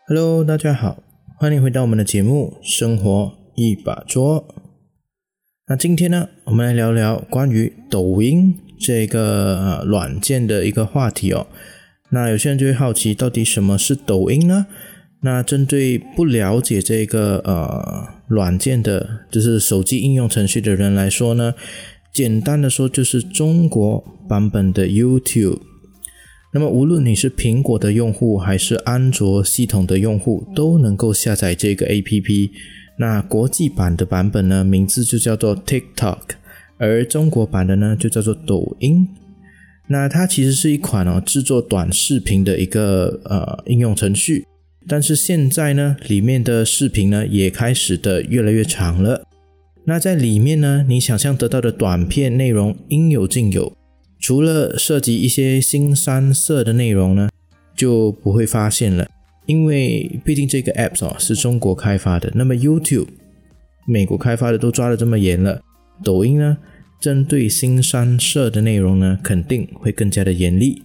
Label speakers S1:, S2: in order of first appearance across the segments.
S1: Hello， 大家好，欢迎回到我们的节目《生活一把捉》。那今天呢，我们来聊聊关于抖音这个软件的一个话题哦。那有些人就会好奇，到底什么是抖音呢？那针对不了解这个软件的，就是手机应用程序的人来说呢，简单的说就是中国版本的 YouTube。那么无论你是苹果的用户还是安卓系统的用户，都能够下载这个 APP。那国际版的版本呢，名字就叫做 TikTok， 而中国版的呢就叫做抖音。那它其实是一款制作短视频的一个应用程序，但是现在呢里面的视频呢也开始的越来越长了。那在里面呢，你想象得到的短片内容应有尽有，除了涉及一些腥膻色的内容呢，就不会发现了，因为毕竟这个 App 是中国开发的，那么 YouTube 美国开发的都抓得这么严了，抖音呢针对腥膻色的内容呢肯定会更加的严厉。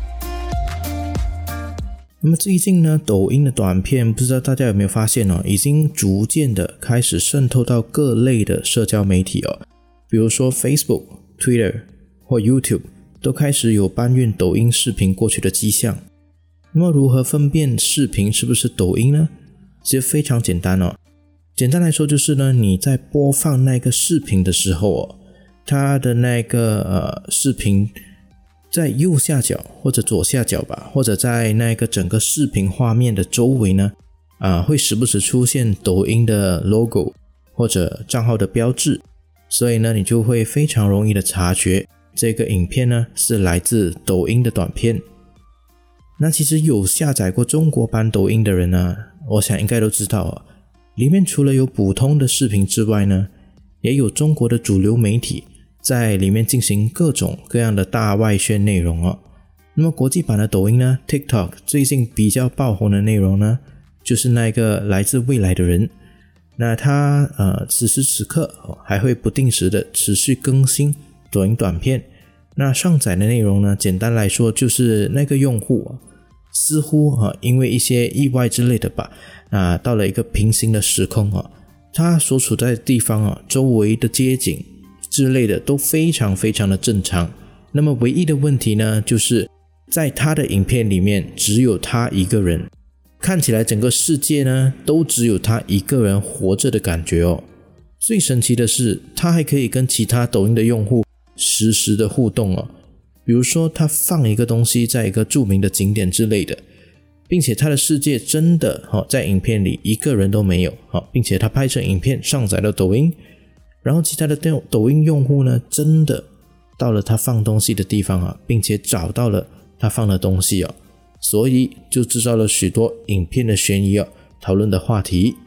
S1: 那么最近呢，抖音的短片不知道大家有没有发现已经逐渐的开始渗透到各类的社交媒体比如说 Facebook、Twitter 或 YouTube 都开始有搬运抖音视频过去的迹象。那么如何分辨视频是不是抖音呢？其实非常简单简单来说就是呢，你在播放那个视频的时候它的那个视频在右下角或者左下角吧，或者在那个整个视频画面的周围呢会时不时出现抖音的 logo 或者账号的标志，所以呢你就会非常容易的察觉这个影片呢是来自抖音的短片。那其实有下载过中国版抖音的人呢，我想应该都知道里面除了有普通的视频之外呢，也有中国的主流媒体在里面进行各种各样的大外宣内容那么国际版的抖音呢 TikTok 最近比较爆红的内容呢，就是那个来自未来的人。那他此时此刻还会不定时的持续更新抖音短片。那上载的内容呢，简单来说就是那个用户似乎因为一些意外之类的吧到了一个平行的时空他所处在的地方周围的街景之类的都非常非常的正常。那么唯一的问题呢，就是在他的影片里面只有他一个人，看起来整个世界呢都只有他一个人活着的感觉最神奇的是，他还可以跟其他抖音的用户实时的互动比如说他放一个东西在一个著名的景点之类的，并且他的世界真的在影片里一个人都没有并且他拍成影片上载到抖音，然后其他的抖音用户呢真的到了他放东西的地方并且找到了他放的东西所以就制造了许多影片的悬疑讨论的话题。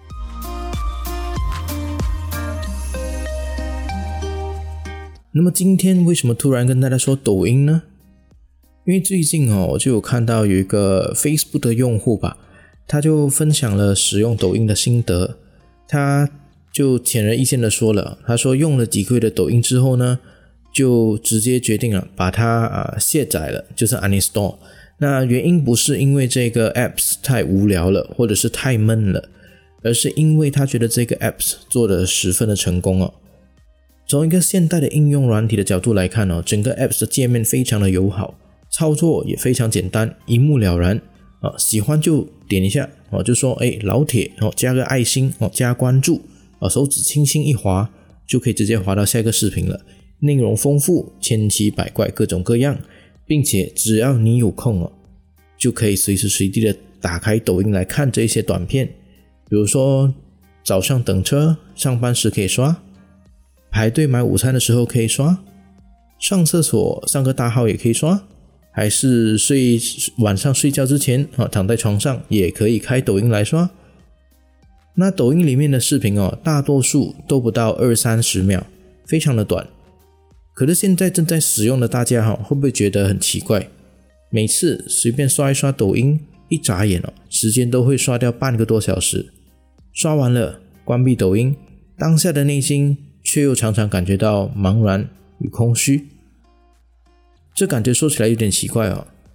S1: 那么今天为什么突然跟大家说抖音呢？因为最近我就有看到有一个 Facebook 的用户吧，他就分享了使用抖音的心得。他就显而易见的说了，他说用了几个月的抖音之后呢，就直接决定了把它卸载了，就是 uninstall。 那原因不是因为这个 apps 太无聊了或者是太闷了，而是因为他觉得这个 apps 做得十分的成功从一个现代的应用软体的角度来看整个 apps 的界面非常的友好，操作也非常简单，一目了然喜欢就点一下就说老铁加个爱心加关注手指轻轻一滑就可以直接滑到下一个视频了。内容丰富，千奇百怪，各种各样，并且只要你有空就可以随时随地的打开抖音来看这些短片。比如说早上等车上班时可以刷，排队买午餐的时候可以刷，上厕所上个大号也可以刷，还是晚上睡觉之前躺在床上也可以开抖音来刷。那抖音里面的视频大多数都不到20-30秒，非常的短。可是现在正在使用的大家会不会觉得很奇怪？每次随便刷一刷抖音，一眨眼时间都会刷掉半个多小时。刷完了关闭抖音，当下的内心却又常常感觉到茫然与空虚。这感觉说起来有点奇怪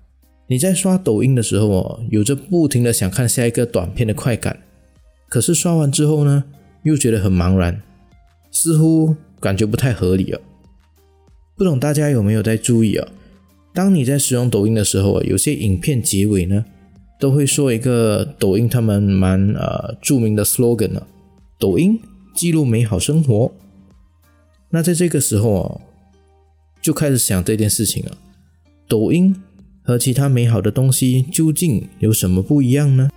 S1: 你在刷抖音的时候有着不停的想看下一个短片的快感，可是刷完之后呢，又觉得很茫然，似乎感觉不太合理不懂大家有没有在注意当你在使用抖音的时候有些影片结尾呢，都会说一个抖音他们蛮著名的 slogan 抖音记录美好生活。那在这个时候就开始想这件事情抖音和其他美好的东西究竟有什么不一样呢？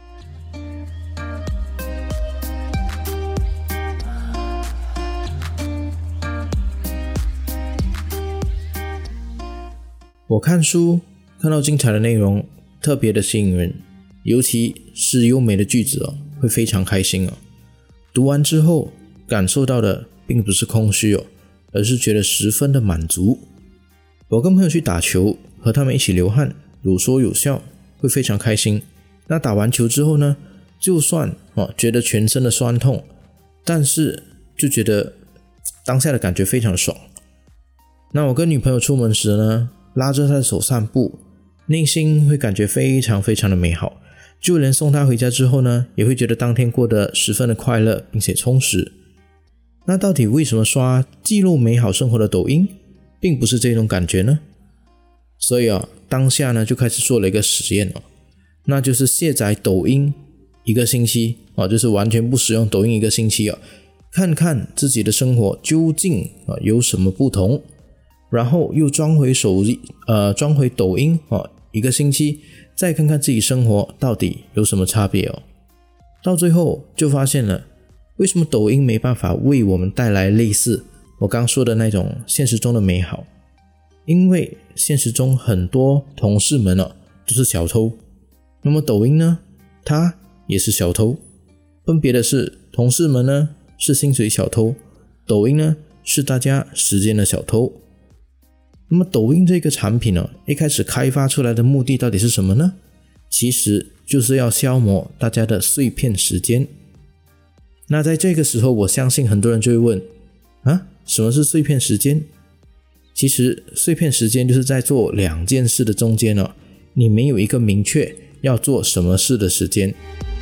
S1: 我看书看到精彩的内容特别的吸引人，尤其是优美的句子会非常开心读完之后感受到的并不是空虚而是觉得十分的满足。我跟朋友去打球，和他们一起流汗，有说有笑，会非常开心。那打完球之后呢，就算觉得全身的酸痛，但是就觉得当下的感觉非常爽。那我跟女朋友出门时呢，拉着她的手散步，内心会感觉非常非常的美好，就连送她回家之后呢，也会觉得当天过得十分的快乐并且充实。那到底为什么刷记录美好生活的抖音并不是这种感觉呢？所以当下呢就开始做了一个实验那就是卸载抖音一个星期就是完全不使用抖音一个星期看看自己的生活究竟有什么不同，然后又装回抖音一个星期，再看看自己生活到底有什么差别到最后就发现了为什么抖音没办法为我们带来类似我刚说的那种现实中的美好。因为现实中很多同事们都是小偷，那么抖音呢，它也是小偷。分别的是，同事们呢是薪水小偷，抖音呢是大家时间的小偷。那么抖音这个产品一开始开发出来的目的到底是什么呢？其实就是要消磨大家的碎片时间。那在这个时候，我相信很多人就会问什么是碎片时间？其实碎片时间就是在做两件事的中间你没有一个明确要做什么事的时间。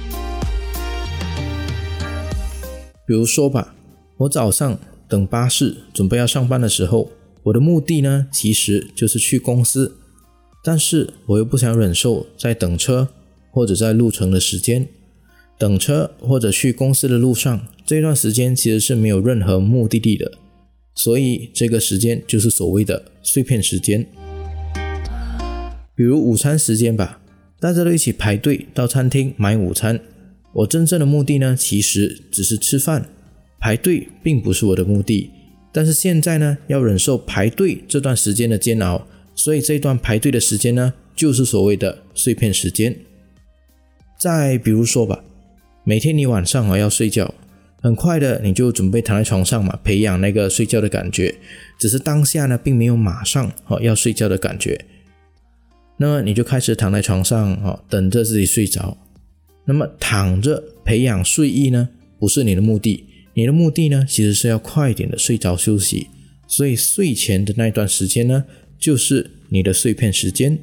S1: 比如说吧，我早上等巴士准备要上班的时候，我的目的呢其实就是去公司，但是我又不想忍受在等车或者在路程的时间。等车或者去公司的路上，这段时间其实是没有任何目的地的，所以这个时间就是所谓的碎片时间。比如午餐时间吧，大家都一起排队到餐厅买午餐，我真正的目的呢其实只是吃饭，排队并不是我的目的，但是现在呢要忍受排队这段时间的煎熬，所以这段排队的时间呢就是所谓的碎片时间。再比如说吧，每天你晚上要睡觉，很快的你就准备躺在床上嘛，培养那个睡觉的感觉，只是当下呢并没有马上要睡觉的感觉，那么你就开始躺在床上等着自己睡着。那么躺着培养睡意呢不是你的目的，你的目的呢其实是要快点的睡着休息，所以睡前的那段时间呢就是你的碎片时间。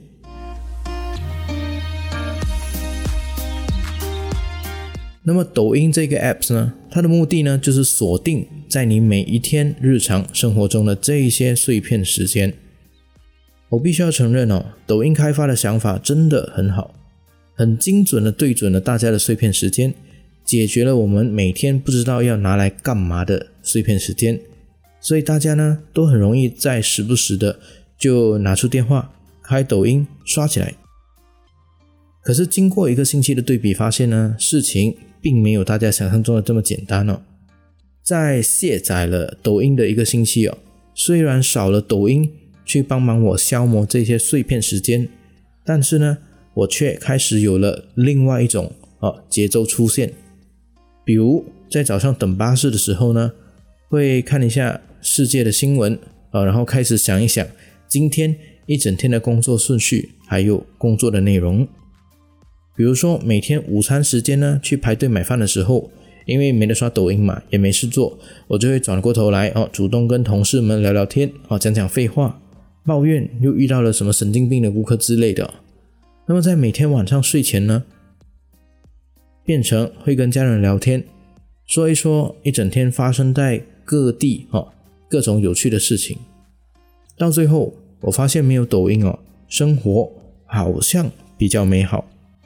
S1: 那么抖音这个 apps 呢，它的目的呢就是锁定在你每一天日常生活中的这一些碎片时间。我必须要承认抖音开发的想法真的很好，很精准的对准了大家的碎片时间，解决了我们每天不知道要拿来干嘛的碎片时间，所以大家呢都很容易在时不时的就拿出电话开抖音刷起来。可是经过一个星期的对比发现呢，事情并没有大家想象中的这么简单在卸载了抖音的一个星期虽然少了抖音去帮忙我消磨这些碎片时间，但是呢我却开始有了另外一种节奏出现。比如在早上等巴士的时候呢，会看一下世界的新闻然后开始想一想今天一整天的工作顺序还有工作的内容。比如说每天午餐时间呢，去排队买饭的时候，因为没得刷抖音嘛，也没事做，我就会转过头来主动跟同事们聊聊天讲讲废话，抱怨又遇到了什么神经病的顾客之类的。 那么在每天晚上睡前呢，变成会跟家人聊天，说一说一整天发生在各地各种有趣的事情。到最后我发现没有抖音生活好像比较美好。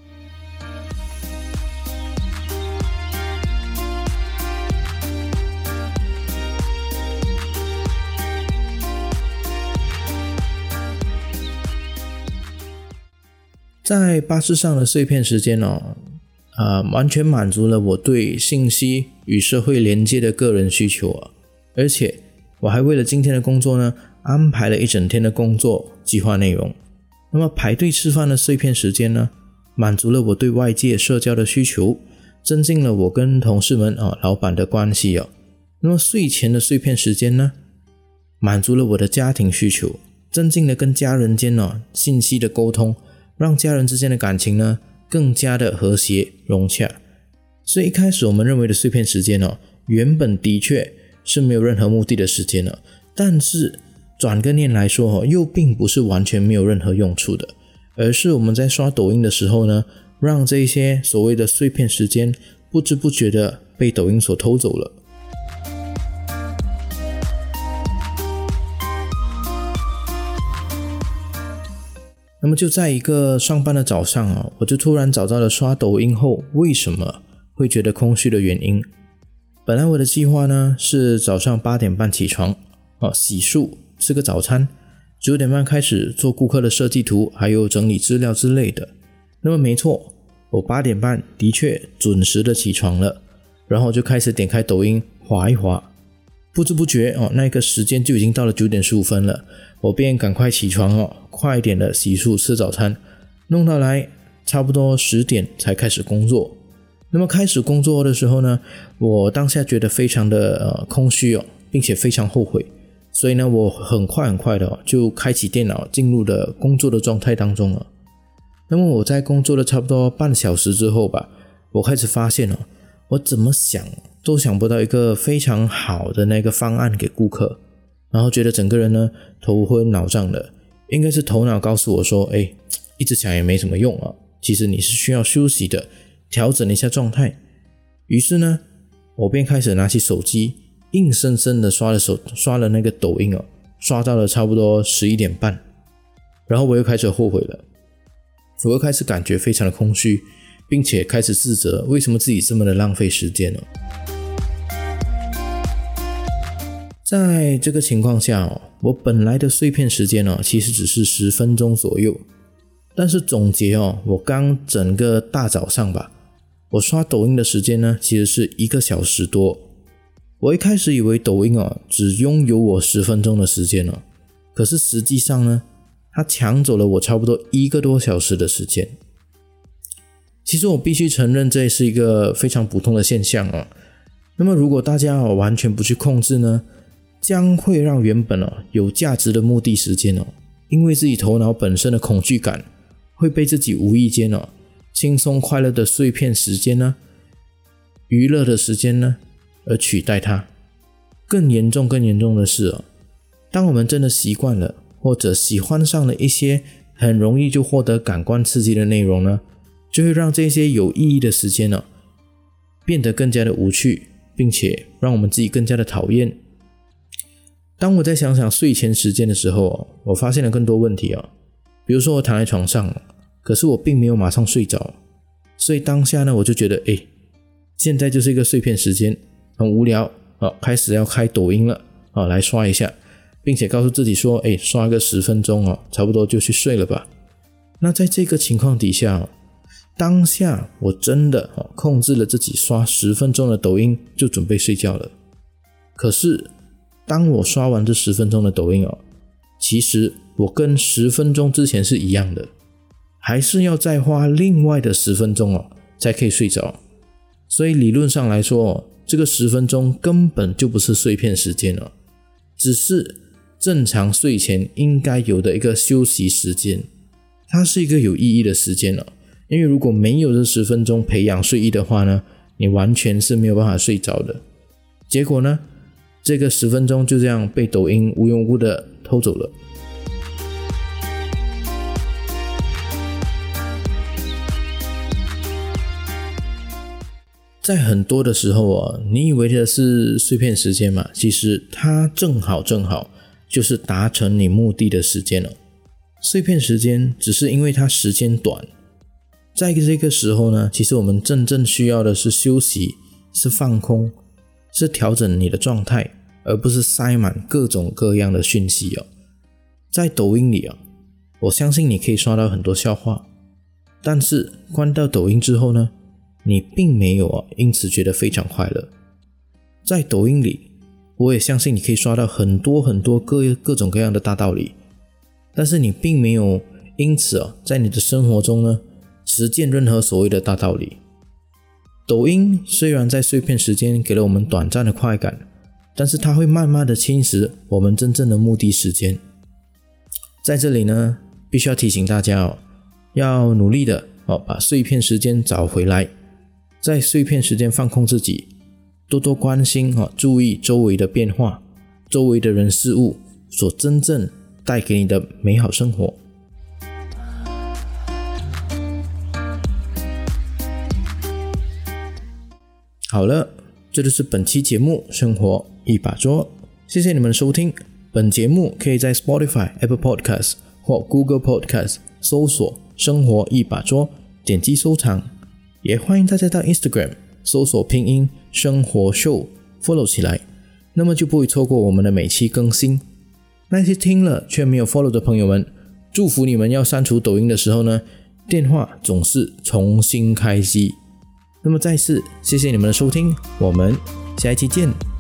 S1: 在巴士上的碎片时间完全满足了我对信息与社会连接的个人需求而且我还为了今天的工作呢安排了一整天的工作计划内容。那么排队吃饭的碎片时间呢，满足了我对外界社交的需求，增进了我跟同事们老板的关系那么睡前的碎片时间呢，满足了我的家庭需求，增进了跟家人间信息的沟通，让家人之间的感情呢更加的和谐融洽。所以一开始我们认为的碎片时间原本的确是没有任何目的的时间但是转个念来说又并不是完全没有任何用处的，而是我们在刷抖音的时候呢，让这些所谓的碎片时间不知不觉的被抖音所偷走了。那么就在一个上班的早上我就突然找到了刷抖音后为什么会觉得空虚的原因。本来我的计划呢是早上8点半起床洗漱吃个早餐，9点半开始做顾客的设计图还有整理资料之类的。那么没错，我8点半的确准时的起床了，然后就开始点开抖音滑一滑，不知不觉那个时间就已经到了9点15分了，我便赶快起床快一点的洗漱吃早餐，弄到来差不多10点才开始工作。那么开始工作的时候呢，我当下觉得非常的空虚并且非常后悔，所以呢我很快的就开启电脑进入了工作的状态当中了。那么我在工作了差不多半小时之后吧，我开始发现我怎么想都想不到一个非常好的那个方案给顾客，然后觉得整个人呢头昏脑胀的，应该是头脑告诉我说一直想也没什么用其实你是需要休息的，调整一下状态。于是呢我便开始拿起手机硬生生的刷了那个抖音刷到了差不多11点半，然后我又开始后悔了，我又开始感觉非常的空虚，并且开始自责为什么自己这么的浪费时间在这个情况下我本来的碎片时间其实只是10分钟左右，但是总结我刚整个大早上吧，我刷抖音的时间呢其实是1个小时多。我一开始以为抖音只拥有我10分钟的时间可是实际上呢它抢走了我差不多1个多小时的时间。其实我必须承认这是一个非常普通的现象那么如果大家完全不去控制呢，将会让原本有价值的目的时间因为自己头脑本身的恐惧感，会被自己无意间轻松快乐的碎片时间呢，娱乐的时间呢而取代它。更严重的是当我们真的习惯了或者喜欢上了一些很容易就获得感官刺激的内容呢，就会让这些有意义的时间变得更加的无趣，并且让我们自己更加的讨厌。当我在想想睡前时间的时候我发现了更多问题比如说我躺在床上可是我并没有马上睡着，所以当下呢我就觉得现在就是一个碎片时间，很无聊开始要开抖音了来刷一下，并且告诉自己说刷个10分钟差不多就去睡了吧。那在这个情况底下当下我真的控制了自己刷10分钟的抖音就准备睡觉了。可是当我刷完这10分钟的抖音其实我跟10分钟之前是一样的，还是要再花另外的10分钟才可以睡着。所以理论上来说这个10分钟根本就不是碎片时间只是正常睡前应该有的一个休息时间，它是一个有意义的时间因为如果没有这10分钟培养睡意的话呢，你完全是没有办法睡着的。结果呢这个10分钟就这样被抖音无缘无故的偷走了。 在很多的时候啊，你以为的是碎片时间嘛，其实它正好就是达成你目的的时间了。碎片时间只是因为它时间短，在这个时候呢，其实我们真正需要的是休息，是放空，是调整你的状态，而不是塞满各种各样的讯息哦。在抖音里啊，我相信你可以刷到很多笑话，但是关掉抖音之后呢，你并没有因此觉得非常快乐。在抖音里，我也相信你可以刷到很多各种各样的大道理，但是你并没有因此在你的生活中呢实践任何所谓的大道理。抖音虽然在碎片时间给了我们短暂的快感，但是它会慢慢的侵蚀我们真正的目的时间。在这里呢，必须要提醒大家要努力的把碎片时间找回来，在碎片时间放空自己，多多关心注意周围的变化，周围的人事物所真正带给你的美好生活。好了，这就是本期节目生活一把捉，谢谢你们的收听。本节目可以在 Spotify、Apple Podcast 或 Google Podcast 搜索生活一把捉，点击收藏。也欢迎大家到 Instagram 搜索拼音生活 show follow 起来，那么就不会错过我们的每期更新。那些听了却没有 follow 的朋友们，祝福你们要删除抖音的时候呢，电话总是重新开机。那么再次谢谢你们的收听，我们下一期见。